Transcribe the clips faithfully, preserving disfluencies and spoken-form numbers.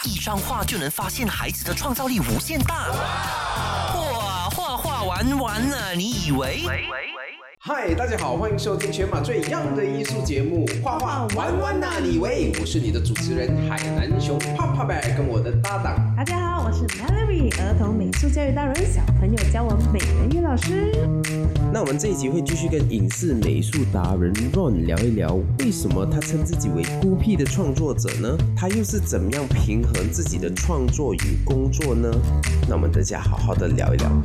一张画就能发现孩子的创造力无限大。哇，画画玩玩呢？你以为？ 嗨，大家好，欢迎收听全马最 young 的艺术节目《画画玩玩哪里喂》，我是你的主持人海南熊泡泡白，跟我的搭档。 大家好，我是 Mallory， 儿童美术教育达人，小朋友教我美人鱼老师。 那我们这一集会继续跟影视美术达人 Ron 聊一聊，为什么他称自己为孤僻的创作者呢？他又是怎么样平衡自己的创作与工作呢？那我们大家好好的聊一聊。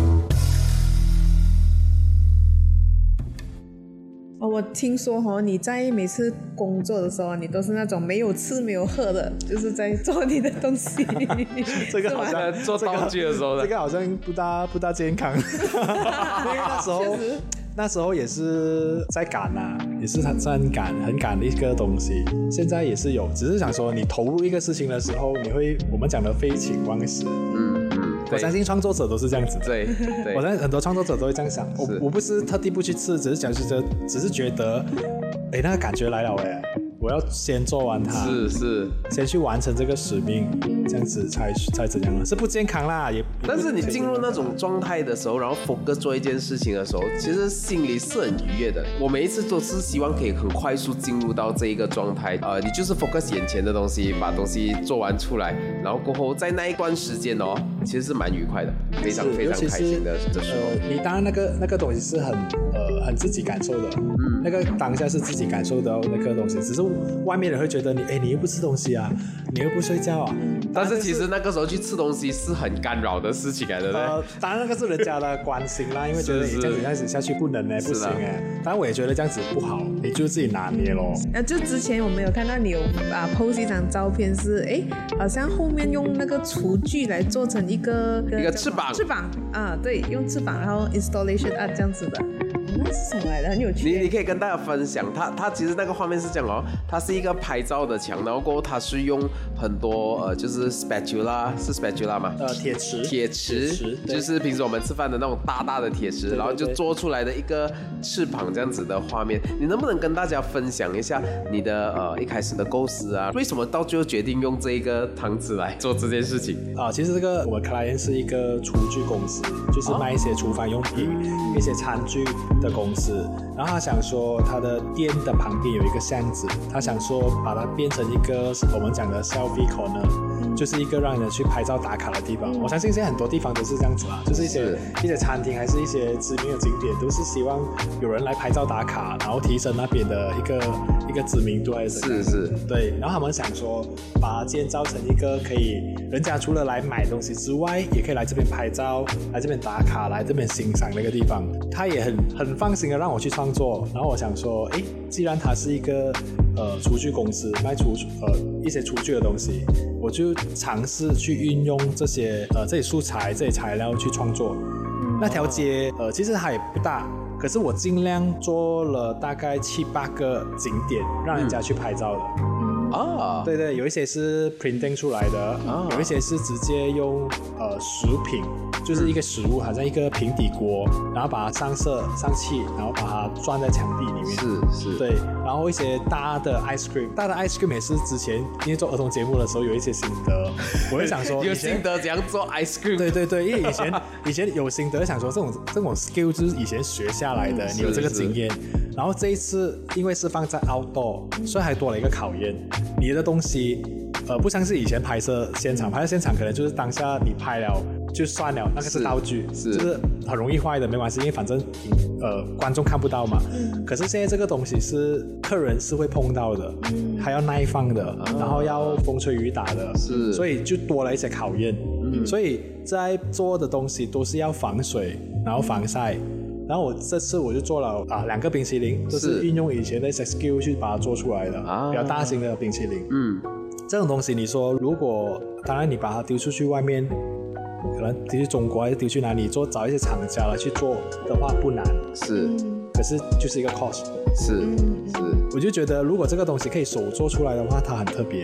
哦，我听说哦，你在每次工作的时候，你都是那种没有吃没有喝的，就是在做你的东西。 这个好像做道具的时候呢， 这个好像不大不大健康，因为那时候那时候也是在赶啊，也是很很赶很赶的一个东西。现在也是有，只是想说你投入一个事情的时候，你会我们讲的废寝忘食。嗯。我相信创作者都是这样子， 对，对我相信很多创作者都会这样想。我我不是特地不去吃，只是讲是只是觉得，哎，那个感觉来了哎，我要先做完它， 是是， 先去完成这个使命，这样子才才怎样了？是不健康啦，也。 但是你进入那种状态的时候，然后 focus 做一件事情的时候，其实心里是很愉悦的。我每一次都是希望可以很快速进入到这一个状态，呃，你就是 focus 眼前的东西，把东西做完出来，然后过后在那一段时间哦，其实是蛮愉快的，非常非常开心的这时候。 呃，你当然那个那个东西是很呃很自己感受的，嗯，那个当下是自己感受到那个东西，只是外面人会觉得你，哎，你又不吃东西啊，你又不睡觉啊。 但是其实那个时候去吃东西是很干扰的事情来的，对不对？ 呃，当然那个是人家的关心啦，因为觉得你这样子这样子下去不能呢，不行哎。当然我也觉得这样子不好，你就自己拿捏咯。 那就之前我们有看到你有啊 post 一张照片是，哎，好像后面用那个厨具来做成一个一个翅膀， 翅膀啊，对，用翅膀，然后 installation art 这样子的。那是什么来的？很有趣。 你你可以跟大家分享，它它其实那个画面是这样哦，它是一个拍照的墙，然后过后它是用很多呃就是 spatula 是 spatula 吗？ 呃，铁匙。 铁匙，就是平时我们吃饭的那种大大的铁匙，然后就做出来的一个翅膀这样子的画面。你能不能跟大家分享一下你的呃一开始的构思啊？为什么到最后决定用这一个汤匙来做这件事情？ 啊，其实这个我们 client 是一个厨具公司，就是卖一些厨房用品、哦、一些餐具的公司，然后他想说他的店的旁边有一个巷子，他想说把它变成一个我们讲的 selfie corner，、嗯、就是一个让人去拍照打卡的地方。嗯、我相信现在很多地方都是这样子啦，就是一些一些餐厅还是一些知名的景点，都是希望有人来拍照打卡，然后提升那边的一个一个知名度还是是是， 对。然后他们想说把它建造成一个可以人家除了来买东西之外，也可以来这边拍照，来这边打卡，来这边欣赏的一个地方。他也很很放心的让我去创作，然后我想说，哎，既然它是一个呃厨具公司，卖厨呃一些厨具的东西，我就尝试去运用这些呃这些素材、这些材料去创作。那条街呃其实它也不大，可是我尽量做了大概七八个景点，让人家去拍照的。啊、oh. 对对，有一些是 printing 出来的， oh. 有一些是直接用呃食品，就是一个食物，好像一个平底锅，然后把它上色上漆，然后把它钻在墙壁里面。 是是。 对，然后一些大的 ice cream， 大的 ice cream 也是之前因为做儿童节目的时候有一些心得，我会想说有心得怎样做 ice cream。 对对对，因为以前以前有心得，想说这种这种 skill 就是以前学下来的，你有这个经验。然后这一次因为是放在 outdoor， 所以还多了一个考验。你的东西，呃，不像是以前拍摄现场，拍摄现场可能就是当下你拍了就算了，那个是道具，是就是很容易坏的，没关系，因为反正呃观众看不到嘛。嗯、可是现在这个东西是客人是会碰到的，嗯、还要耐放的，啊、然后要风吹雨打的，是，所以就多了一些考验。嗯、所以在做的东西都是要防水，然后防晒。然后我这次我就做了啊两个冰淇淋，都是运用以前的一些 skill 去把它做出来的，啊、比较大型的冰淇淋。嗯，这种东西你说如果当然你把它丢出去外面，可能丢去中国还是丢去哪里做，找一些厂家来去做的话不难， 是， 可是就是一个 cost， 是是， 我就觉得如果这个东西可以手做出来的话，它很特别。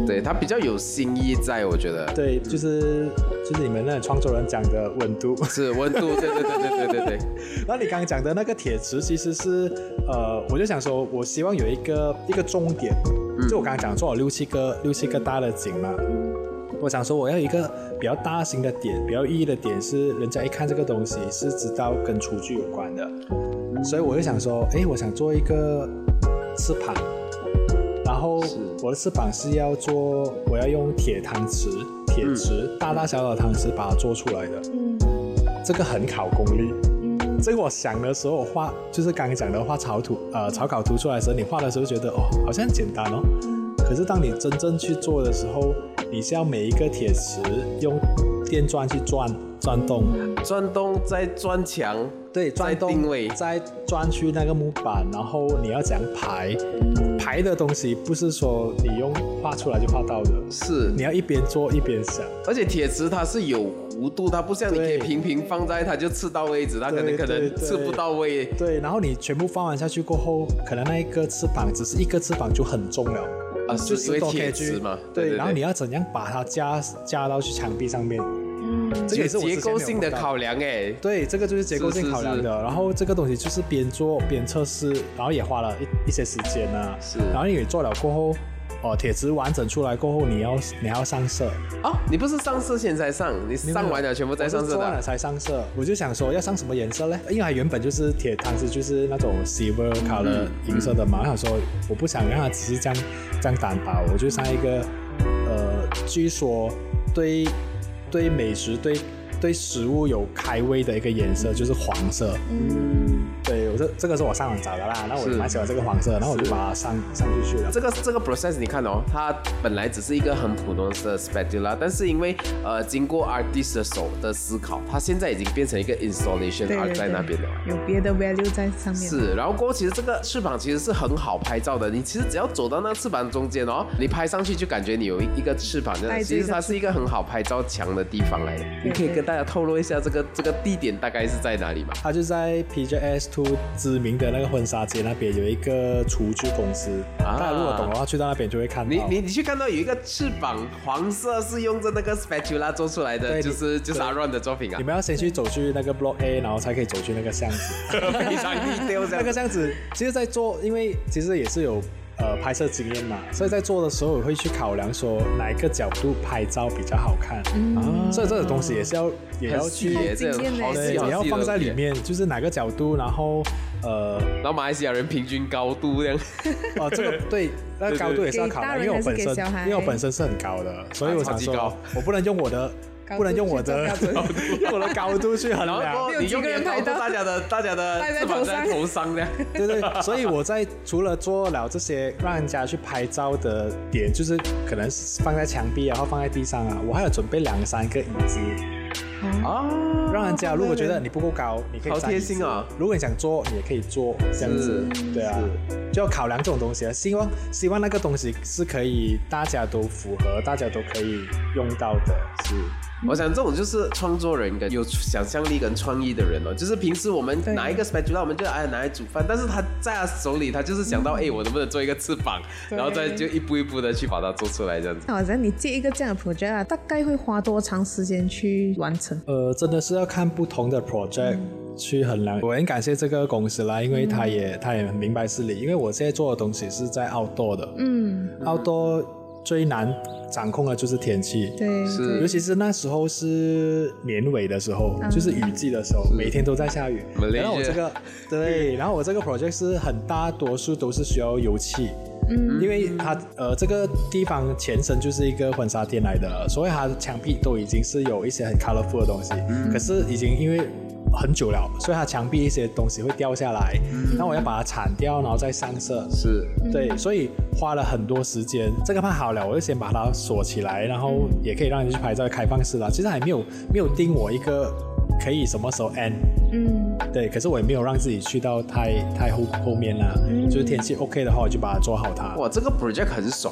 对，它比较有新意在，我觉得。 对，就是就是你们那创作人讲的温度， 是温度，对对对对对对对。 然后你刚刚讲的那个铁池，其实是呃，我就想说，我希望有一个一个终点，嗯、就我刚刚讲做了六七个六七个大的景嘛。我想说，我要一个比较大型的点，比较意义的点是，人家一看这个东西是知道跟厨具有关的，所以我就想说，哎，我想做一个翅膀，然后我的翅膀是要做，我要用铁汤匙、铁匙、嗯、大大小小的汤匙把它做出来的，嗯、这个很考功力。这个我想的时候，我画就是刚刚讲的画草图，呃，草稿图出来的时候，你画的时候觉得哦，好像很简单哦。可是当你真正去做的时候，你是要每一个铁匙用电钻去转转动， 转动再转墙， 对，转动定位， 再转去那个木板，然后你要怎样排？排的东西不是说你用画出来就画到的， 是你要一边做一边想。 而且铁匙它是有弧度，它不像你可以平平放在它就刺到位置，它可能可能刺不到位。 对，然后你全部放完下去过后，可能那一个翅膀只是一个翅膀就很重了。 啊，是因为铁匙嘛， 对，对，然后你要怎样把它加加到去墙壁上面？ 嗯，这个也是结构性的考量哎。 对，这个就是结构性考量的。是是是，然后这个东西就是边做边测试，然后也花了一一些时间啊。 是， 然后你做了过后，哦，铁池完整出来过后，你要你还要上色。 哦，你不是上色先才上，你上完了全部再上色的。 我是做完了才上色，我就想说要上什么颜色呢？因为它原本就是铁汤匙，就是那种 silver color 银色的嘛。我想说我不想让它只是这样这样单薄，我就上一个呃，据说对对美食对对食物有开胃的一个颜色，就是黄色。嗯，对，我这这个是我上网找的啦，那我蛮喜欢这个黄色，然后我就把它上上进去了。 这个这个 process 你看哦，它本来只是一个很普通的 spatula， 但是因为呃经过 artist 的手的思考，它现在已经变成一个 installation art 在那边了， 有别的 value 在上面。 是，然后过后其实这个翅膀其实是很好拍照的，你其实只要走到那翅膀中间哦，你拍上去就感觉你有一个翅膀这样，其实它是一个很好拍照墙的地方来的。你可以跟大家透露一下这个这个地点大概是在哪里吗？ 它就在 P J S 二 知名的那个婚纱街那边有一个厨具公司，啊、大家如果懂的话，去到那边就会看到。 你你你去看到有一个翅膀，黄色是用着那个 spatula 做出来的，就是就是 Aaron 的作品啊。 你们要先去走去那个 Block A， 然后才可以走去那个巷子。 非常低调那个巷子，其实在做，因为其实也是有。呃，拍摄经验嘛，所以在做的时候我会去考量说哪一个角度拍照比较好看，嗯、啊，所以这种东西也是要也要去， 这种好对，你要放在里面，就是哪个角度，然后呃， 然后马来西亚人平均高度这样， 哦，这个对，那个高度也是要考量，因为我本身因为我本身是很高的，所以我想说，我不能用我的。不能用我的用我的高度去衡量， 你用别人高度，大家的大家的翅膀在头上的， 对对，所以我在除了做了这些让人家去拍照的点，就是可能放在墙壁啊，或放在地上啊，我还有准备两三个椅子。啊，让人家如果觉得你不够高，你可以好贴心啊。 如果你想做，你也可以做这样子，对啊，就要考量这种东西啊。希望希望那个东西是可以大家都符合，大家都可以用到的。是， 我想这种就是创作人跟有想象力跟创意的人哦。就是平时我们拿一个 spatula， 我们就哎拿来煮饭，但是他在他手里，他就是想到哎、嗯，我能不能做一个翅膀，然后再就一步一步的去把它做出来这样子。 好像你接一个这样的 project 啊，大概会花多长时间去完成？ 呃，真的是要看不同的 project、嗯、去衡量。我很感谢这个公司啦，因为他也、嗯、他也很明白事理。因为我现在做的东西是在 outdoor 的，嗯 ，outdoor 最难掌控的就是天气， 对， 是， 尤其是那时候是年尾的时候，嗯、就是雨季的时候，每天都在下雨。然后我这个对，然后我这个 project 是很大多数都是需要油漆。嗯，因为它呃这个地方前身就是一个婚纱店来的，所以它的墙壁都已经是有一些很 colorful 的东西，嗯、可是已经因为很久了，所以它墙壁一些东西会掉下来，嗯、那我要把它铲掉，然后再上色， 是， 对，所以花了很多时间。这个拍好了，我就先把它锁起来，然后也可以让你去拍照，开放式啦。其实还没有没有定我一个可以什么时候 end， 嗯，对，可是我也没有让自己去到太太后后面啦，嗯、就是天气 OK 的话，我就把它做好它。 哇，这个 project 很爽哎，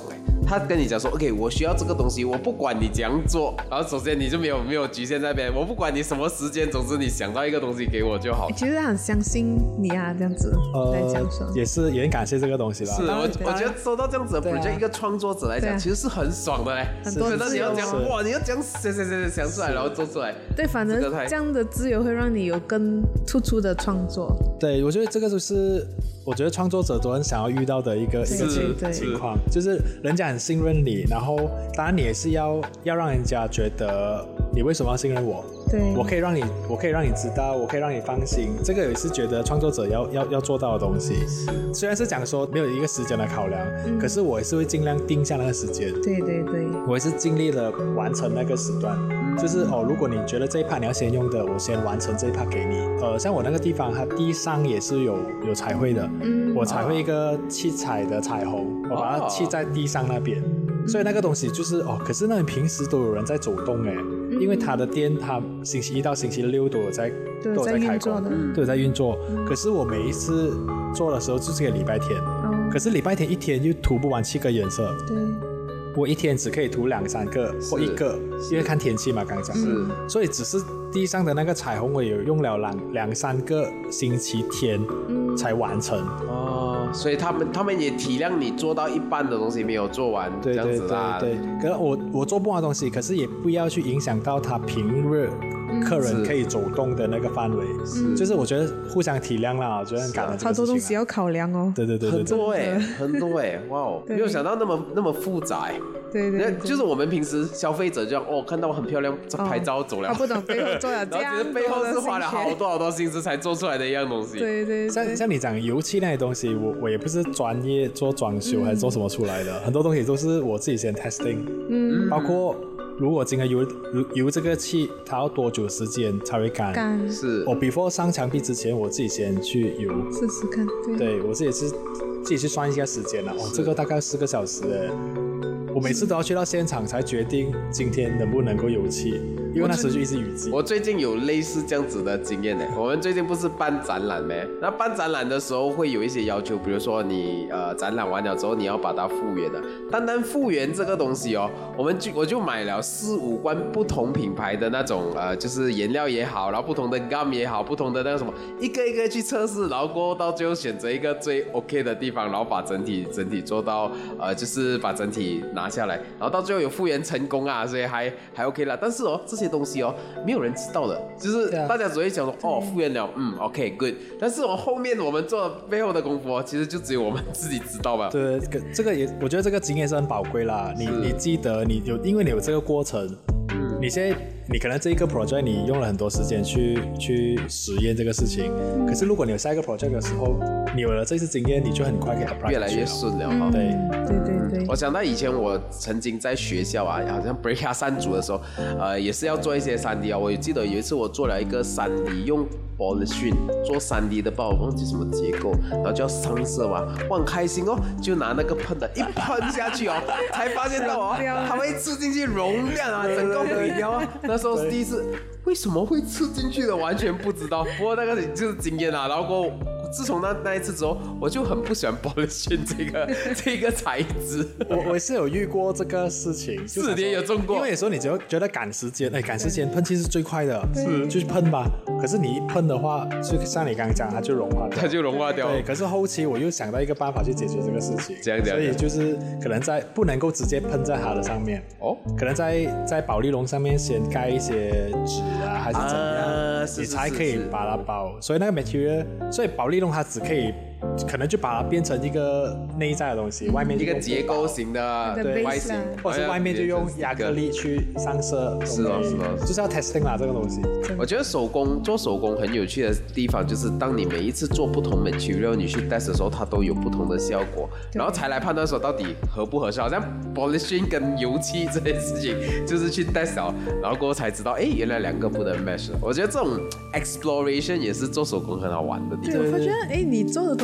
他跟你讲说 OK 我需要这个东西，我不管你怎样做，然后首先你就没有没有局限在那边，我不管你什么时间，总之你想到一个东西给我就好。 其实他很相信你啊，这样子来讲说， 也是也很感谢这个东西吧。 是我我觉得收到这样子的对啊 project，一个创作者来讲， 对啊其实是很爽的嘞。 很多真的自由你要讲是哇，你要讲想想想想出来，然后做出来。 对，反正这个太这样的自由会让你有更突出的创作。 对，我觉得这个就是我觉得创作者都很想要遇到的一个一个对情对情况，就是人家很信任你，然后当然你也是要要让人家觉得你为什么要信任我。 对， 我可以让你，我可以让你知道，我可以让你放心，这个也是觉得创作者要要要做到的东西。虽然是讲说没有一个时间的考量， 嗯可是我也是会尽量定下那个时间。 对对对， 我也是尽力的完成那个时段，就是哦，如果你觉得这一 part 你要先用的，我先完成这一 part 给你。呃，像我那个地方，它地上也是有有彩绘的， 嗯我彩绘一个七彩的彩虹，我把它砌在地上那边，所以那个东西就是哦，可是那里平时都有人在走动哎，因为它的店它星期一到星期六都有在都有在都有在开运作的工，都有在运作。可是我每一次做的时候就是个礼拜天， 哦， 可是礼拜天一天又涂不完七个颜色。 对， 我一天只可以涂两三个或一个，因为看天气嘛，刚刚讲。 是所以只是地上的那个彩虹，我也用了两两三个星期天才完成。 哦，所以他们他们也体谅你做到一半的东西没有做完，这样对对对子啦。 对，可是我我做不完的东西，可是也不要去影响到他平日客人是可以走动的那个范围。就是我觉得互相体谅啦，我觉得很感恩这好个事情啦。 多东西要考量哦。 对对对对对。 很多哎、很多哎、哇哦， 对没有想到那么那么复杂哎、那对对对， 就是我们平时消费者这样哦，看到很漂亮，拍照走了， 他不懂背后做了这然后样其实背后是花了好多多好多心思才做出来的一样东西。 的辛勤。对对像对， 像你讲油漆那些东西，我我也不是专业做装修还是做什么出来的，很多东西都是我自己先 testing，嗯，包括如果今天油油这个漆，它要多久时间才会干？ 干是我 before 上墙壁之前，我自己先去油， 试试看，对对我自己是自己去算一下时间了，哦，这个大概四个小时哎。我每次都要去到现场才决定今天能不能够油漆，因为那时候就一直雨季。 我最近有类似这样子的经验呢。我们最近不是办展览咩？那办展览的时候会有一些要求，比如说你呃展览完了之后你要把它复原的。单单复原这个东西哦，我们就我就买了四五罐不同品牌的那种呃，就是颜料也好，然后不同的 gum 也好，不同的那个什么，一个一个去测试，然后过后到最后选择一个最 OK 的地方，然后把整体整体做到呃，就是把整体拿下来，然后到最后有复原成功啊，所以还还 OK 啦。但是哦，这些东西哦，没有人知道的，就是对啊大家只会讲说哦，复原了，嗯 ，OK good。但是我、哦、后面我们做的背后的功夫哦，其实就只有我们自己知道吧。 对，这个这个也，我觉得这个经验是很宝贵啦。你你记得，你有，因为你有这个过程，嗯，你现在你可能这一个 project 你用了很多时间去去实验这个事情，可是如果你有下一个 project 的时候，你有了这次经验，你就很快可以 apply 越来越顺了哈。 对。 对对对我想到以前我曾经在学校啊，好像 Breaker 山组的时候，呃，也是要做一些 三 D 啊。我记得有一次我做了一个 三 D， 用 Polishing 做 三 D 的，不知道我忘记什么结构，然后就要上色嘛，我很开心哦，就拿那个喷的，一喷下去哦，才发现到哦，它会刺进去容量啊，整个毁掉啊。那时候是第一次，为什么会刺进去的，完全不知道。不过那个就是经验啊，然后过后。自从那那一次之后，我就很不喜欢 Polishing 这个这个材质。 我我是有遇过这个事情， 四年有中过， 因为有时候你只要觉得赶时间，哎，赶时间喷漆是最快的，是就去喷吧。可是你一喷的话，就像你刚刚讲，它就融化掉， 它就融化掉。 对，可是后期我又想到一个办法去解决这个事情， 这样这样所以就是可能在不能够直接喷在它的上面， 哦， 可能在在保丽龙上面先盖一些纸啊，还是怎么样， 啊是你才是是可以把它包。所以那个 material， 所以保丽龙它只可以。可能就把它变成一个内在的东西，外面就一个结构型的对外形， 或者是外面就用亚克力去上色。 是哦是哦， 就是要 testing 啦这个东西。 我觉得手工做手工很有趣的地方，就是当你每一次做不同 material， 你去 test 的时候，它都有不同的效果，然后才来判断说到底合不合适。好像 polishing 跟油漆这件事情，就是去 test 了，然后过后才知道，哎，原来两个不能 match。我觉得这种 exploration 也是做手工很好玩的地对， 方。 我发觉哎，你做的东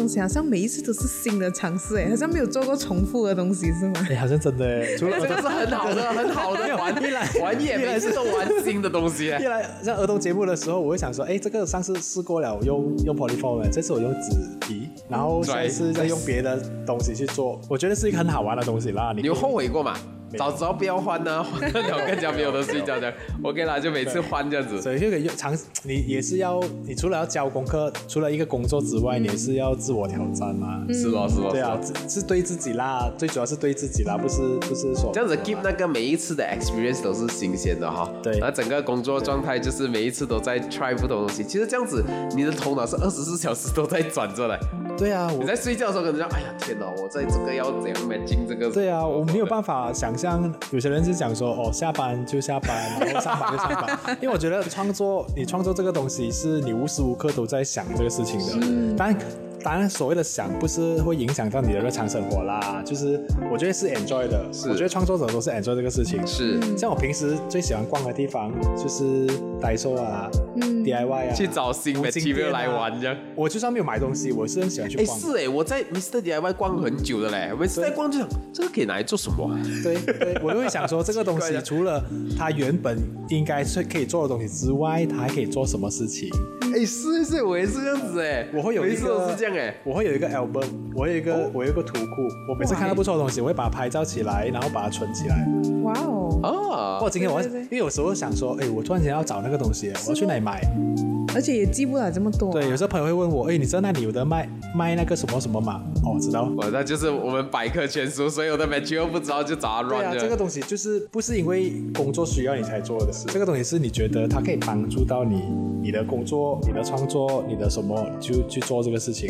东西好像每一次都是新的尝试，哎，好像没有做过重复的东西，是吗？ 哎，好像真的耶，除了这个是很好的、很好的玩一来玩也每次都玩新的东西。 一来像儿童节目的时候，我会想说，哎，这个上次试过了用用 polyform， 这次我用纸皮，然后下一次再用别的东西去做，我觉得是一个很好玩的东西啦。 你有后悔过吗？早知道不要换呢、啊，换了更加没有的睡觉这样。OK 啦，就每次换这样子。 所以就可以尝，你也是要，你除了要交功课，除了一个工作之外，你也是要自我挑战嘛。 嗯、是咯，是咯。 对啊，是对自己啦，最主要是对自己啦，不是不是说这样子 keep 那个每一次的 experience 都是新鲜的哈。 对。 那整个工作状态就是每一次都在 try 不同东西。其实这样子，你的头脑是二十四小时都在转着来。 对啊， 你在睡觉的时候可能讲，哎呀天哪，我在这个要怎样 matching 这个？ 对啊，我没有办法想象，有些人是讲说，哦，下班就下班，然后上班就上班。因为我觉得创作，你创作这个东西是你无时无刻都在想这个事情的。当然，当然所谓的想不是会影响到你的日常生活啦，就是我觉得是 enjoy 的。我觉得创作者都是 enjoy 这个事情。 是， 像我平时最喜欢逛的地方就是Daiso啊、嗯、D I Y 啊， 去找新 material 来玩这样。 我就算没有买东西，我是很喜欢去逛。 哎，是哎，我在 Mister D I Y 逛很久的嘞，我每次在逛就想，这个可以拿来做什么、啊？ 对对，我就会想说，这个东西除了它原本应该是可以做的东西之外，它还可以做什么事情？ 哎，是是，我也是这样子哎， 我会有一个， 每次都是这样哎， 我会有一个 album， 我有一个、哦、我有一个图库，我每次看到不错的东西，我会把它拍照起来，然后把它存起来。 哇哦！ 啊！ 我今天我因为有时候想说，哎，我突然间要找那个东西，我要去哪里买？ 而且也记不了这么多、啊。 对，有时候朋友会问我，哎，你知道那里有的卖卖那个什么什么吗？哦，知道。 哇，那就是我们百科全书，所有的 material 不知道就找他 run。 对啊，这个东西就是不是因为工作需要你才做的，这个东西是你觉得它可以帮助到你，你的工作、你的创作、你的什么，就去做这个事情。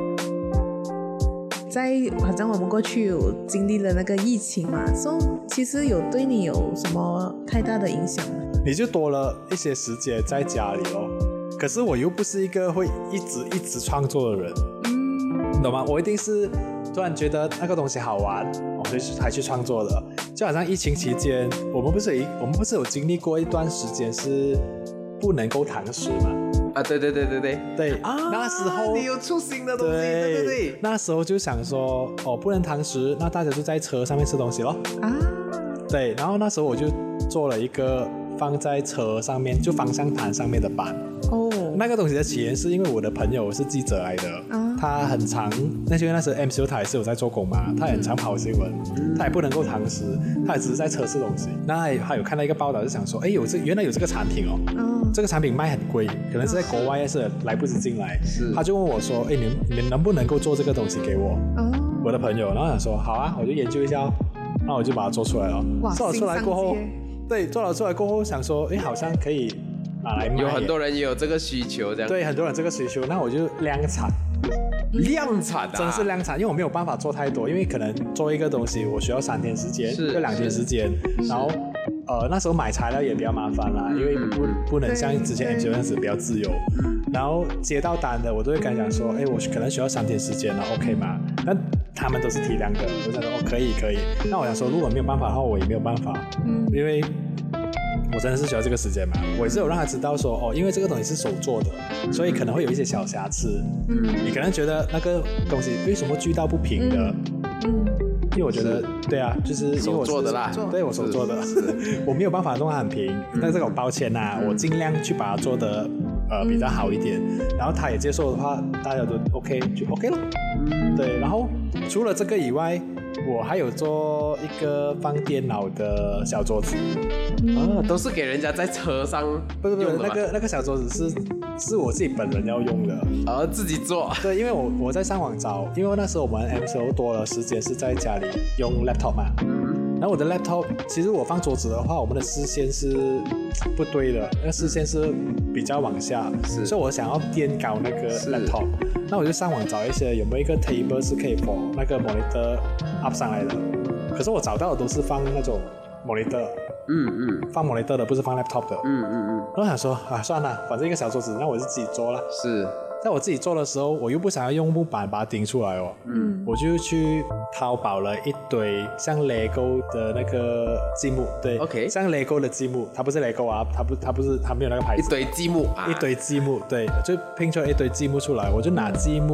在好像我们过去有经历了那个疫情嘛，所以其实有对你有什么太大的影响吗？ 你就多了一些时间在家里咯。可是我又不是一个会一直一直创作的人，嗯，懂吗？我一定是突然觉得那个东西好玩，我就才去创作的。就好像疫情期间，我们不是有我们不是有经历过一段时间是不能够堂食吗？ 啊，对对对对对对啊！ 那时候你有出新的东西， 对对对对。 那时候就想说，哦，不能堂食，那大家就在车上面吃东西咯。啊，对，然后那时候我就做了一个放在车上面，就方向盘上面的板。哦，那个东西的起源是因为我的朋友是记者来的，啊、他很常，那因为那时候 M C U 他也是有在做工嘛，他也很常跑新闻，嗯、他也不能够堂食，他也只是在测试东西。那他有看到一个报道，就想说，哎，有这原来有这个产品哦。嗯这个产品卖很贵，可能是在国外是来不及进来，他就问我说：“哎，你你们能不能够做这个东西给我？”哦、我的朋友，然后想说：“好啊，我就研究一下。”然后我就把它做出来了。做了出来过后，对，做了出来过后想说：“哎，好像可以拿来卖。” 有很多人也有这个需求，这样对，很多人这个需求，那我就量产。 量产啊， 真是量产，因为我没有办法做太多，因为可能做一个东西我需要三天时间，就两天时间，然后呃那时候买材料也比较麻烦啦，因为不不能像之前 M C O 那样子比较自由，然后接到单的我都会跟他讲说，哎，我可能需要三天时间了 ，OK 吗？那他们都是体谅的，我想说哦可以可以，那我想说如果没有办法的话，我也没有办法，嗯，因为。我真的是需要这个时间嘛？我也是有让他知道说，哦，因为这个东西是手做的，所以可能会有一些小瑕疵。嗯，你可能觉得那个东西为什么锯到不平的？嗯，因为我觉得，对啊，就是因为我手做的啦， 对我手做的，我没有办法弄它很平。但这个我抱歉呐、啊，我尽量去把它做的呃比较好一点。然后他也接受的话，大家都 OK 就 OK 了。嗯，对。然后除了这个以外，我还有做一个放电脑的小桌子。 啊，都是给人家在车上不是不是那个那个小桌子是是我自己本人要用的， 啊，自己做。 对，因为我我在上网找，因为那时候我们 M C O 多了时间是在家里用 laptop 嘛，然后我的 laptop 其实我放桌子的话，我们的视线是不对的，那个视线是比较往下，所以我想要颠高那个 laptop， 那我就上网找一些有没有一个 table 是可以 for 那个 monitor up 上来的，可是我找到的都是放那种 monitor。嗯嗯，放 monitor 的，不是放 laptop 的。嗯嗯嗯。然后想说啊，算了，反正一个小桌子，那我是自己做了。 是， 在我自己做的时候，我又不想要用木板把它钉出来哦。嗯。我就去淘宝了一堆像 Lego 的那个积木，对 ，OK， 像 Lego 的积木，它不是 Lego 啊，它不，它不是，它没有那个牌子。 一堆积木啊。 一堆积木，对，就拼出了一堆积木出来，我就拿积木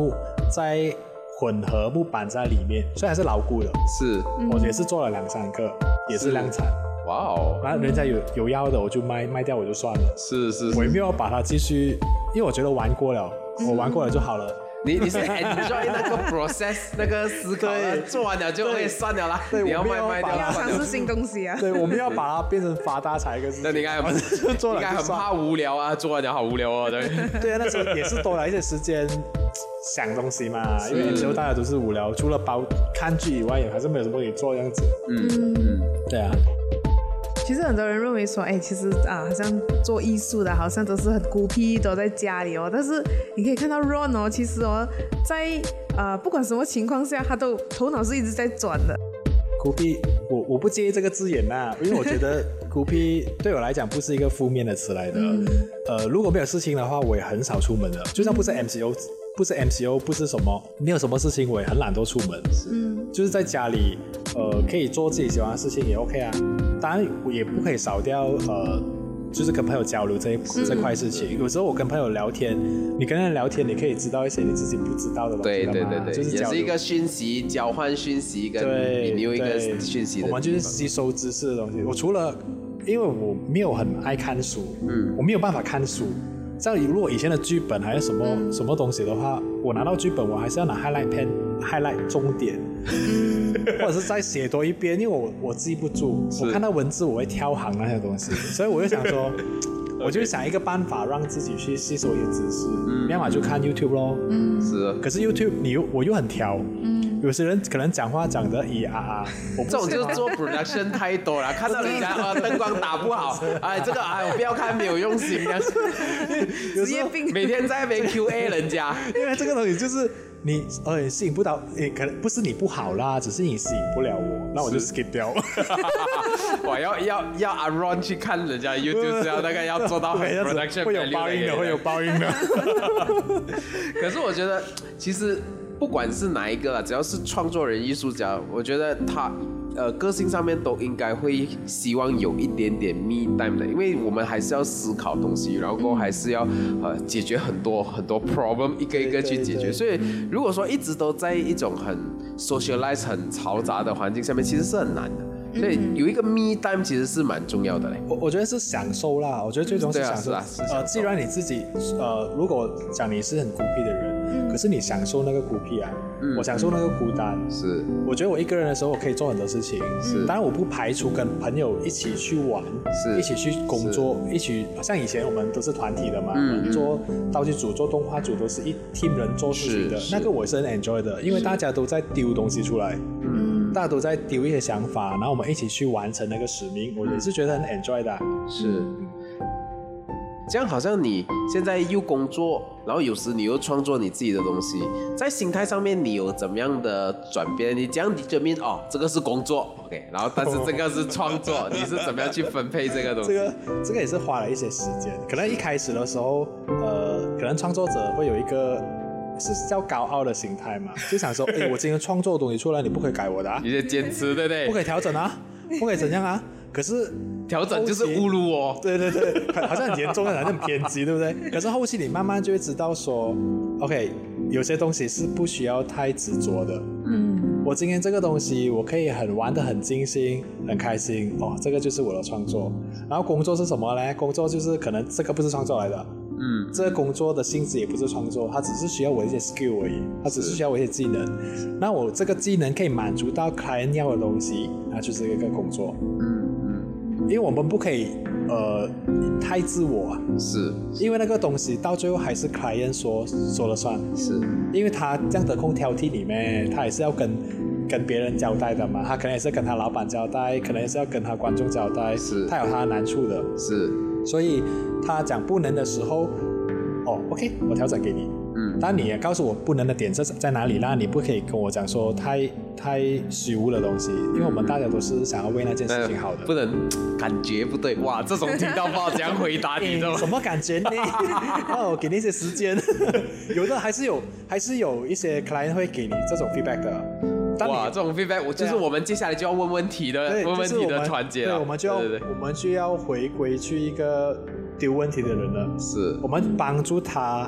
再混合木板在里面，虽然是牢固的， 是， 我也是做了两三个，也是量产。 哇哦， 然后人家有有要的我就卖卖掉我就算了， 是是是， 我也没有把它继续，因为我觉得玩过了，我玩过了就好了。 你你是 enjoy 那个 process 那个思考，做完了就会算了啦。你要卖卖掉， 要尝试新东西啊。 对，我们要把它变成发大财一个事情。 那你应该很做了，应该很怕无聊啊，做完了好无聊哦。对对啊，那时候也是多了一些时间想东西嘛，因为有时候大家都是无聊，除了包看剧以外，也还是没有什么可以做这样子。嗯嗯，对啊。 其实很多人认为说，哎，其实啊，好像做艺术的，好像都是很孤僻，都在家里哦。但是你可以看到 Ron 哦，其实哦，在呃不管什么情况下，他都头脑是一直在转的。 孤僻，我我不介意这个字眼呐，因为我觉得孤僻对我来讲不是一个负面的词来的。嗯、呃，如果没有事情的话，我也很少出门的，就算不是 M C O。不是 M C O， 不是什么，没有什么事情，我也很懒惰出门。嗯，就是在家里，呃，可以做自己喜欢的事情也 OK 啊。当然，我也不可以少掉，呃，就是跟朋友交流这一、嗯、这块事情。有时候我跟朋友聊天，你跟人聊天，你可以知道一些你自己不知道的东西。 对对对对， 就是也是一个讯息交换讯息跟引流一个讯息的。 我们就是吸收知识的东西。我除了，因为我没有很爱看书，嗯，我没有办法看书。像如果以前的剧本还是什么、嗯、什么东西的话，我拿到剧本我还是要拿 highlight pen highlight 重点，嗯、或者是再写多一遍，因为我我记不住，我看到文字我会跳行那些东西，所以我就想说，我就想一个办法让自己去吸收一些知识，嗯、要么就看 YouTube 咯，嗯， 是， 可是 YouTube 你又我又很挑，嗯。有些人可能讲话讲得咿啊啊， 我这种就是做 production 太多了，看到人家啊灯光打不好，哎这个哎我不要看，没有用心这样， 职业病， 每天在那边 Q A 人家， 因为这个东西就是你呃吸引不到，也可能不是你不好啦，只是你吸引不了我，那我就 skip 掉。 我要要要阿 Ron 去看人家 YouTube 是要那个要做到很 production 会有报应的，会有报应的。 可是我觉得其实。不管是哪一个啦，只要是创作人、艺术家，我觉得他呃个性上面都应该会希望有一点点 me time 的，因为我们还是要思考东西，然后还是要呃解决很多很多 problem， 一个一个去解决。所以如果说一直都在一种很 socialize 很嘈杂的环境下面，其实是很难的。所以有一个 me time 其实是蛮重要的嘞。 我我觉得是享受啦，我觉得最终是享受。 啊是啊是呃，既然你自己呃，如果讲你是很孤僻的人，嗯、可是你享受那个孤僻啊，嗯、我享受那个孤单。 是。 我觉得我一个人的时候，我可以做很多事情。是。当然我不排除跟朋友一起去玩，是，一起去工作，一起像以前我们都是团体的嘛，嗯、我们做道具组、做动画组都是一 team 人做事情的，那个我是很 enjoy 的，因为大家都在丢东西出来。嗯。大家都在丢一些想法，然后我们一起去完成那个使命，我也是觉得很 enjoy 的。 是，这样好像你现在又工作，然后有时你又创作你自己的东西，在心态上面你有怎么样的转变？你这样determine哦，这个是工作 ，OK， 然后但是这个是创作，你是怎么样去分配这个东西？ 这个这个也是花了一些时间，可能一开始的时候，呃，可能创作者会有一个。是叫高傲的心态嘛，就想说，哎，我今天创作的东西出来，你不可以改我的啊， 你得坚持，对不对？ 不可以调整啊，不可以怎样啊？可是调整就是侮辱我， 对对对，好像很严重，好像很偏激，对不对？可是后期你慢慢就会知道说 ，OK， 有些东西是不需要太执着的。嗯，我今天这个东西，我可以很玩得很尽兴，很开心，哦，这个就是我的创作。然后工作是什么呢？工作就是可能这个不是创作来的。嗯，这个工作的性质也不是创作，它只是需要我一些 skill 而已，它只是需要我一些技能。那我这个技能可以满足到 client 要的东西，那就是一个工作。嗯嗯，因为我们不可以呃太自我啊， 是， 因为那个东西到最后还是 client 说说了算， 是， 因为他这样得空挑剔你咩，他也是要跟跟别人交代的嘛，他可能也是跟他老板交代，可能也是要跟他观众交代， 是， 他有他的难处的， 是。 所以他讲不能的时候，哦 ，OK， 我调整给你。嗯，但你也告诉我不能的点在在哪里啦，你不可以跟我讲说太太虚无的东西，因为我们大家都是想要为那件事情好的。 不能感觉不对，哇，这种听到不好怎样回答你的、 欸？什么感觉呢？哦，给你一些时间，有的还是有还是有一些 client 会给你这种 feedback 的。 哇，这种 feedback 我就是我们接下来就要问问题的，问问题的环节了。 对，我们就要对对对我们就要回归去一个丢问题的人了。 是， 我们帮助他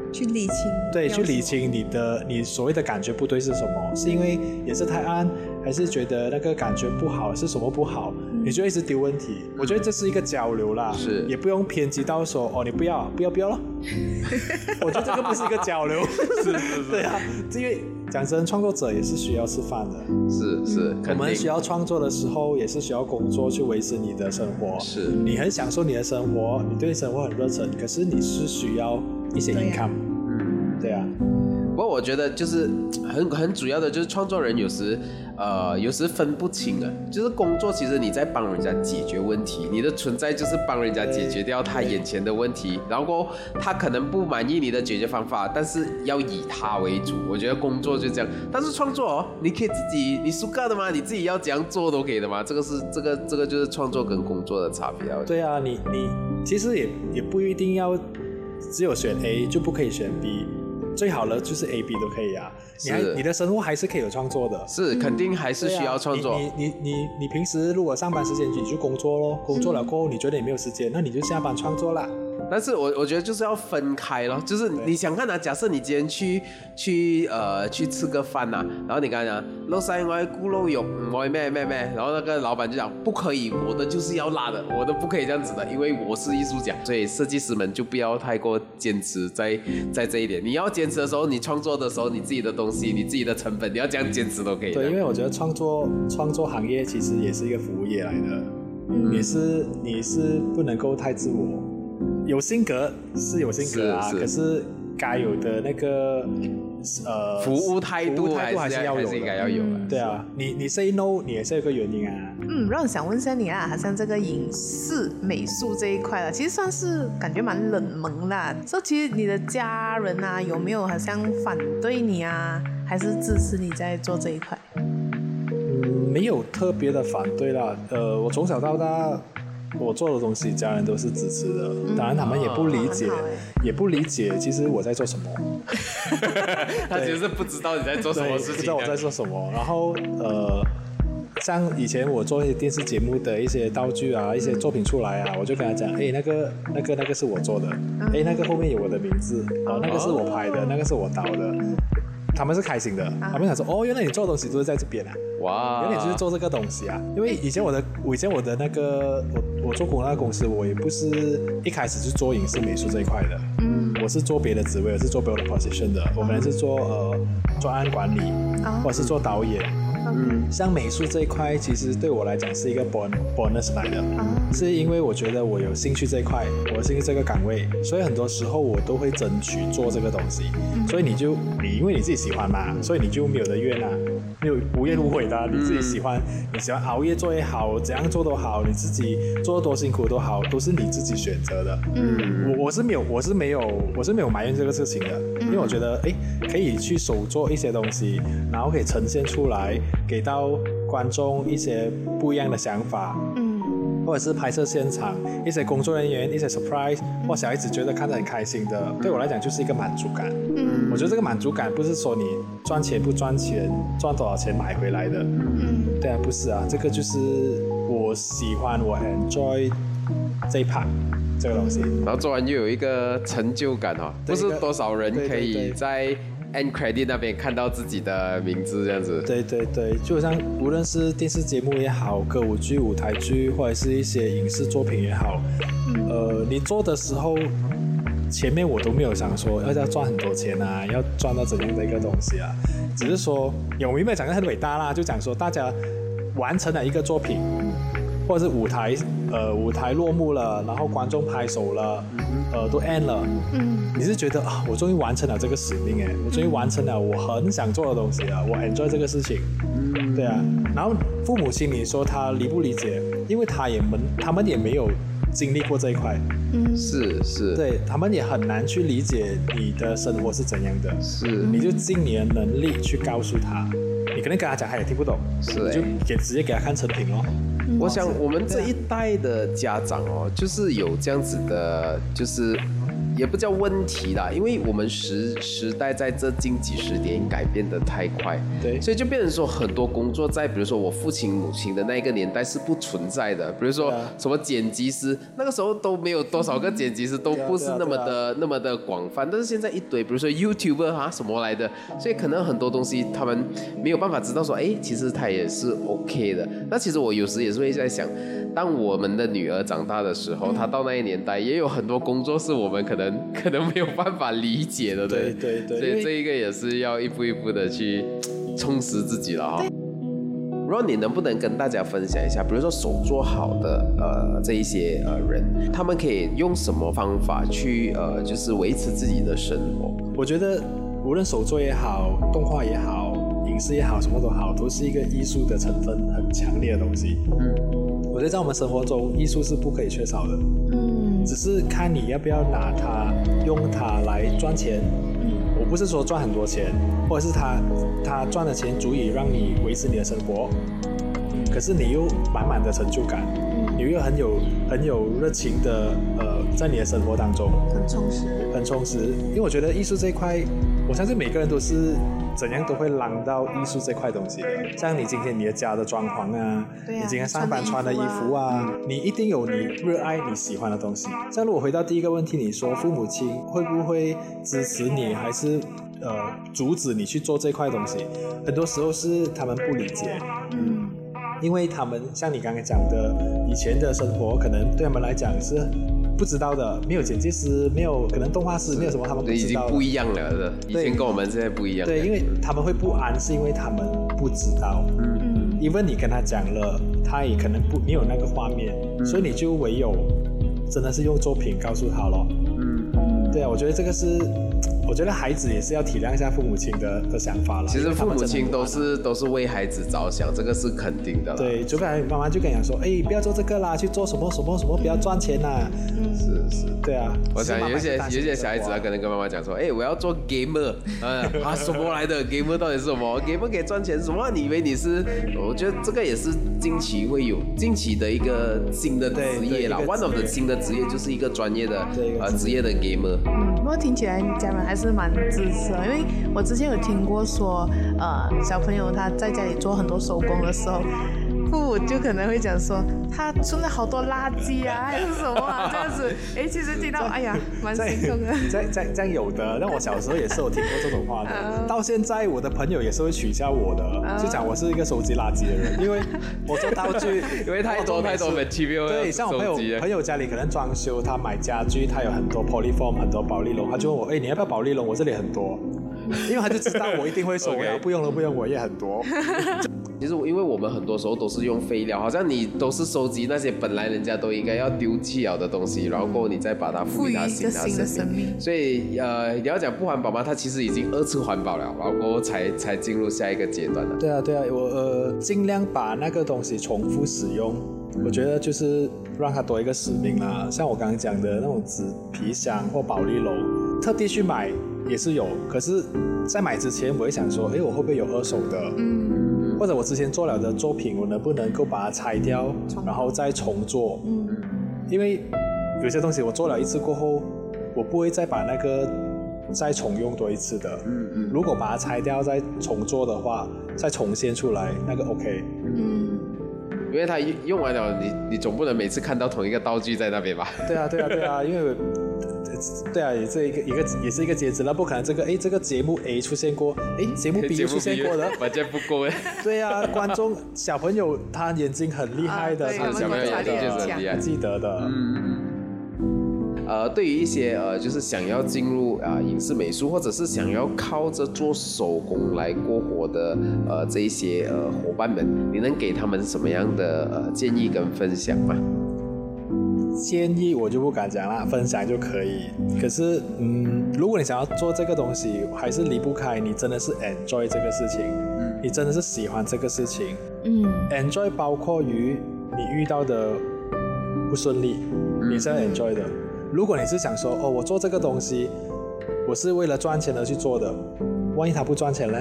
去理清， 对，去理清你的你所谓的感觉不对是什么，是因为颜色太暗，还是觉得那个感觉不好，是什么不好？嗯、你就一直丢问题。我觉得这是一个交流啦， 是， 也不用偏激到说哦，你不要，不要，不要了。我觉得这个不是一个交流， 是是是， 对啊，因为讲真，创作者也是需要吃饭的， 是是， 我们需要创作的时候，也是需要工作去维持你的生活。 是， 你很享受你的生活，你对生活很热忱，可是你是需要一些 income， 嗯，对啊。 不过我觉得就是很很主要的就是创作人有时呃有时分不清啊，就是工作其实你在帮人家解决问题，你的存在就是帮人家解决掉他眼前的问题，然后他可能不满意你的解决方法，但是要以他为主。我觉得工作就这样，但是创作哦，你可以自己你属个的嘛，你自己要怎样做都可以的嘛。这个是这个这个就是创作跟工作的差别啊。 对啊，你你其实也也不一定要只有选 A 就不可以选 B。最好的就是 A、B 都可以啊，你还你的生活还是可以有创作的， 是肯定还是需要创作。 啊、你你你你你平时如果上班时间你就工作咯，工作了过后你觉得你没有时间，那你就下班创作啦。 但是我我觉得就是要分开咯，就是你想看啊，假设你今天去去呃去吃个饭呐、啊，然后你刚才讲肉晒我咕肉肉我咩咩咩，然后那个老板就讲不可以，我的就是要辣的，我的不可以这样子的，因为我是艺术家，所以设计师们就不要太过坚持在在这一点。你要坚持的时候，你创作的时候，你自己的东西，你自己的成本，你要这样坚持都可以。 对，因为我觉得创作创作行业其实也是一个服务业来的，嗯、也是你是不能够太自我。有性格是有性格啊，是是可是该有的那个呃服务态度还是还是要有的， 应该要有的。 嗯、对啊，你你 say no 你也是有个原因啊。 嗯，让我想问一下你啊，好像这个影视美术这一块了，其实算是感觉蛮冷门啦。所以其实你的家人啊，有没有好像反对你啊，还是支持你在做这一块？ 嗯，没有特别的反对啦。呃，我从小到大。我做的东西，家人都是支持的。嗯、当然，他们也不理解，哦、也不理解其实我在做什么。 他其实是不知道你在做什么事情， 不知道我在做什么。然后，呃，像以前我做一些电视节目的一些道具啊，一些作品出来啊，我就跟他讲，哎，那个、那个、那个是我做的，哎，那个后面有我的名字，啊，那个是我拍的，那个是我导的。他们是开心的，他们想说，哦，原来你做的东西都是在这边啊！哇，原来你就是做这个东西啊！因为以前我的，我以前我的那个，我我做工那个公司，我也不是一开始就做影视美术这一块的，嗯，我是做别的职位，我是做别的 position 的，我们是做呃专案管理，或者是做导演。嗯，像美术这一块，其实对我来讲是一个 bon bonus 来的，是因为我觉得我有兴趣这一块，我有兴趣这个岗位，所以很多时候我都会争取做这个东西。所以你就你因为你自己喜欢嘛，所以你就没有得怨啊，没有无怨无悔的、啊。你自己喜欢，你喜欢熬夜做也好，怎样做都好，你自己做得多辛苦都好，都是你自己选择的。嗯，我我是没有，我是没有，我是没有埋怨这个事情的，因为我觉得哎，可以去手做一些东西，然后可以呈现出来。给到观众一些不一样的想法，嗯，或者是拍摄现场一些工作人员一些 surprise，、嗯、或小孩子觉得看得很开心的，对我来讲就是一个满足感。嗯，我觉得这个满足感不是说你赚钱不赚钱，赚多少钱买回来的。嗯，对啊，不是啊，这个就是我喜欢我 enjoy 这一 part 这个东西， 然后做完又有一个成就感哦，不是多少人可以在。end credit 那边看到自己的名字这样子， 对对对，就好像无论是电视节目也好，歌舞剧、舞台剧，或者是一些影视作品也好，嗯、呃，你做的时候，前面我都没有想说要要赚很多钱啊，要赚到怎样的一个东西啊，只是说，我明白讲的很伟大啦，就讲说大家完成了一个作品，或者是舞台，呃，舞台落幕了，然后观众拍手了，呃，都 end 了，嗯。你是觉得啊，我终于完成了这个使命哎，我终于完成了我很想做的东西了，我 enjoy 这个事情，嗯，对啊。然后父母亲你说他理不理解？因为他也们他们也没有经历过这一块， 嗯，是是， 对他们也很难去理解你的生活是怎样的， 是， 你就尽你的能力去告诉他，你可能跟他讲他也听不懂， 是， 你就给直接给他看成品咯。 我想我们这一代的家长哦，就是有这样子的，就是。 也不叫问题啦，因为我们时时代在这近几十年改变得太快， 对， 所以就变成说很多工作在比如说我父亲母亲的那一个年代是不存在的，比如说什么剪辑师，那个时候都没有多少个剪辑师，都不是那么的那么的广泛，但是现在一堆，比如说 YouTuber 啊什么来的，所以可能很多东西他们没有办法知道说，哎，其实他也是 OK 的。那其实我有时也是会在想，当我们的女儿长大的时候，她到那一年代也有很多工作是我们可能可能没有办法理解的，对对对， 所以这一个也是要一步一步的去充实自己了哈。Ron， 你能不能跟大家分享一下，比如说手做好的呃这一些呃人，他们可以用什么方法去呃就是维持自己的生活？ 我觉得无论手作也好，动画也好，影视也好，什么都好，都是一个艺术的成分很强烈的东西。嗯，我觉得在我们生活中，艺术是不可以缺少的。嗯，只是看你要不要拿它用它来赚钱。嗯，我不是说赚很多钱，或者是他他赚的钱足以让你维持你的生活，可是你又满满的成就感，你又很有很有热情的呃，在你的生活当中很充实， 很充实。因为我觉得艺术这一块，我相信每个人都是怎样都会浪到艺术这块东西的。像你今天你的家的装潢啊， 对啊， 你今天上班穿的衣服啊，你一定有你热爱你喜欢的东西。像如果回到第一个问题，你说父母亲会不会支持你，还是呃阻止你去做这块东西？很多时候是他们不理解。嗯。因为他们像你刚刚讲的，以前的生活可能对他们来讲是不知道的，没有剪辑师，没有可能动画师，没有什么他们不知道的， 已经不一样了的，以前跟我们现在不一样。 对，因为他们会不安，是因为他们不知道。嗯，因为你跟他讲了，他也可能不没有那个画面，嗯、所以你就唯有真的是用作品告诉他咯。嗯，对啊，我觉得这个是。我觉得孩子也是要体谅一下父母亲的的想法了。 其实父母亲都是都是为孩子着想，这个是肯定的。 对，就不然妈妈就跟你讲说，哎，不要做这个啦，去做什么什么什么，不要赚钱啦。嗯，是是，对啊。 我想有一些有一些小孩子他可能跟妈妈讲说，哎，我要做 gamer， 嗯啊什么来的 gamer 到底是什么 ？gamer 可以赚钱什么？你以为你是？我觉得这个也是近期会有近期的一个新的职业啦。One of the 新的职业就是一个专业的呃职业的 gamer。 嗯，不过听起来家人还是蛮支持的，因为我之前有听过说，呃，小朋友他在家里做很多手工的时候，父母就可能会讲说，他存了好多垃圾啊，还是什么啊，这样子。哎，其实听到，哎呀，蛮心痛的。 这样这样这样有的，让我小时候也是有听过这种话的。uh, 到现在，我的朋友也是会取笑我的， uh, 就讲我是一个收集垃圾的人，因为我做道具， 因为太多太多 material。 对，像我朋友朋友家里可能装修，他买家具，他有很多 polyfoam， 很多保丽龙，他就问我，哎，你要不要保丽龙？我这里很多。因为他就知道我一定会收，我要不用了不用，我也很多。 其实因为我们很多时候都是用废料，好像你都是收集那些本来人家都应该要丢弃了的东西，然后过后你再把它赋予它新的生命。所以呃，你要讲不环保嘛，它其实已经二次环保了，然后过后才才进入下一个阶段了。 对啊对啊，我呃尽量把那个东西重复使用，我觉得就是让它多一个使命啦。像我刚刚讲的那种纸皮箱或保丽龙，特地去买。也是有，可是，在买之前我会想说，哎，我会不会有二手的？嗯，或者我之前做了的作品，我能不能够把它拆掉，然后再重做？嗯，因为有些东西我做了一次过后，我不会再把那个再重用多一次的。嗯嗯，如果把它拆掉再重做的话，再重现出来，那个 OK。嗯， 因为它用完了，你你总不能每次看到同一个道具在那边吧？ 对啊，对啊，对啊，因为。对啊，也是一个一个也是一个节制了，不可能这个哎这个节目 A 出现过，哎节目 B 又出现过的， 完全不够哎。 对啊，观众小朋友他眼睛很厉害的， 他小朋友眼睛就是很厉害， 记得的。 嗯嗯。呃，对于一些呃就是想要进入啊、呃、影视美术，或者是想要靠着做手工来过活的呃这一些呃伙伴们，你能给他们什么样的呃建议跟分享吗？ 建议我就不敢讲啦，分享就可以。可是，嗯，如果你想要做这个东西，还是离不开你真的是 enjoy 这个事情，嗯，你真的是喜欢这个事情，嗯 ，enjoy 包括于你遇到的不顺利，嗯、你是要 enjoy 的。如果你是想说，哦，我做这个东西，我是为了赚钱而去做的，万一它不赚钱呢？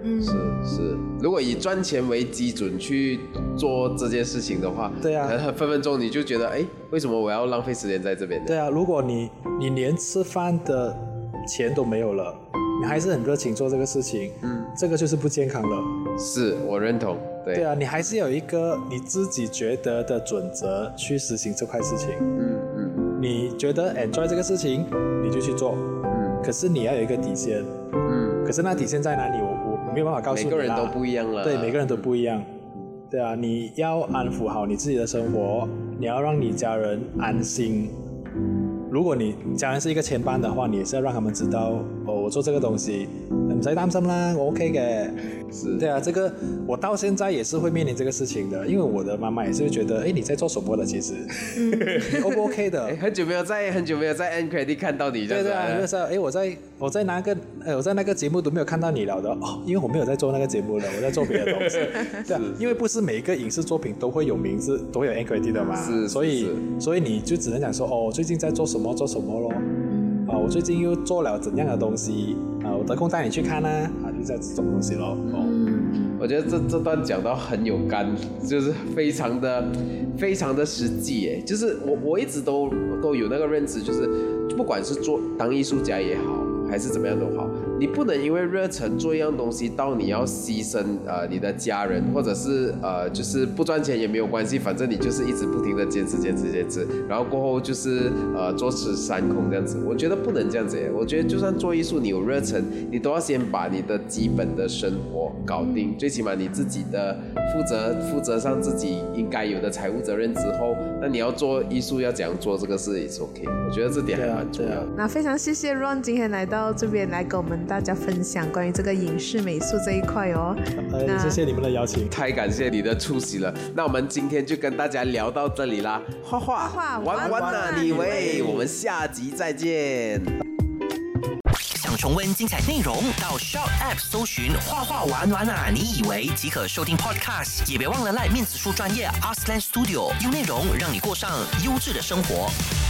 嗯， 是是，如果以赚钱为基准去做这件事情的话， 对啊可能分分钟你就觉得，哎，为什么我要浪费时间在这边呢？ 对啊，如果你你连吃饭的钱都没有了，你还是很热情做这个事情，嗯，这个就是不健康了。 是我认同，对， 对啊，你还是有一个你自己觉得的准则去实行这块事情。 嗯嗯你觉得 enjoy 这个事情，你就去做， 嗯可是你要有一个底线。 嗯， 可是那底线在哪里？我我没有办法告诉你啦。 每个人都不一样了， 对，每个人都不一样。对啊，你要安抚好你自己的生活，你要让你家人安心。如果你家人是一个牵绊的话，你也是要让他们知道，哦，我做这个东西，你唔使担心啦，我 OK 嘅。 是， 对啊，这个我到现在也是会面临这个事情的，因为我的妈妈也是会觉得，哎，你在做什么的？其实，你 O 不 OK 的？ 哎，很久没有在很久没有在 end credit 看到你， 对对啊，就是哎，我在我在那个呃我在那个节目都没有看到你了的哦，因为我没有在做那个节目了，我在做别的东西。对啊，因为不是每一个影视作品都会有名字，都会有 end credit 的嘛， 是， 所以所以你就只能讲说，哦，我最近在做什么做什么咯。啊，我最近又做了怎样的东西啊？我得空带你去看啊，啊，就这样这种东西咯。哦， 我觉得这这段讲到很有感，就是非常的非常的实际耶。就是我我一直都都有那个认知，就是不管是做当艺术家也好，还是怎么样都好，你不能因为热忱做一样东西到你要牺牲呃你的家人，或者是呃就是不赚钱也没有关系，反正你就是一直不停的坚持坚持坚持，然后过后就是呃坐吃山空这样子。我觉得不能这样子耶。我觉得就算做艺术，你有热忱，你都要先把你的基本的生活搞定，最起码你自己的负责负责上自己应该有的财务责任之后，那你要做艺术要怎样做这个事也是 OK。我觉得这点还蛮重要的。 那非常谢谢 Ron 今天来到这边来跟我们大家分享关于这个影视美术这一块哦。 呃，谢谢你们的邀请， 太感谢你的出席了。那我们今天就跟大家聊到这里啦。画画画玩玩啊你喂，我们下集再见。 想重温精彩内容，到 Shout App 搜寻画画玩玩啊你以为即可收听 Podcast， 也别忘了赖面子书专业 Arslan Studio 用内容让你过上优质的生活。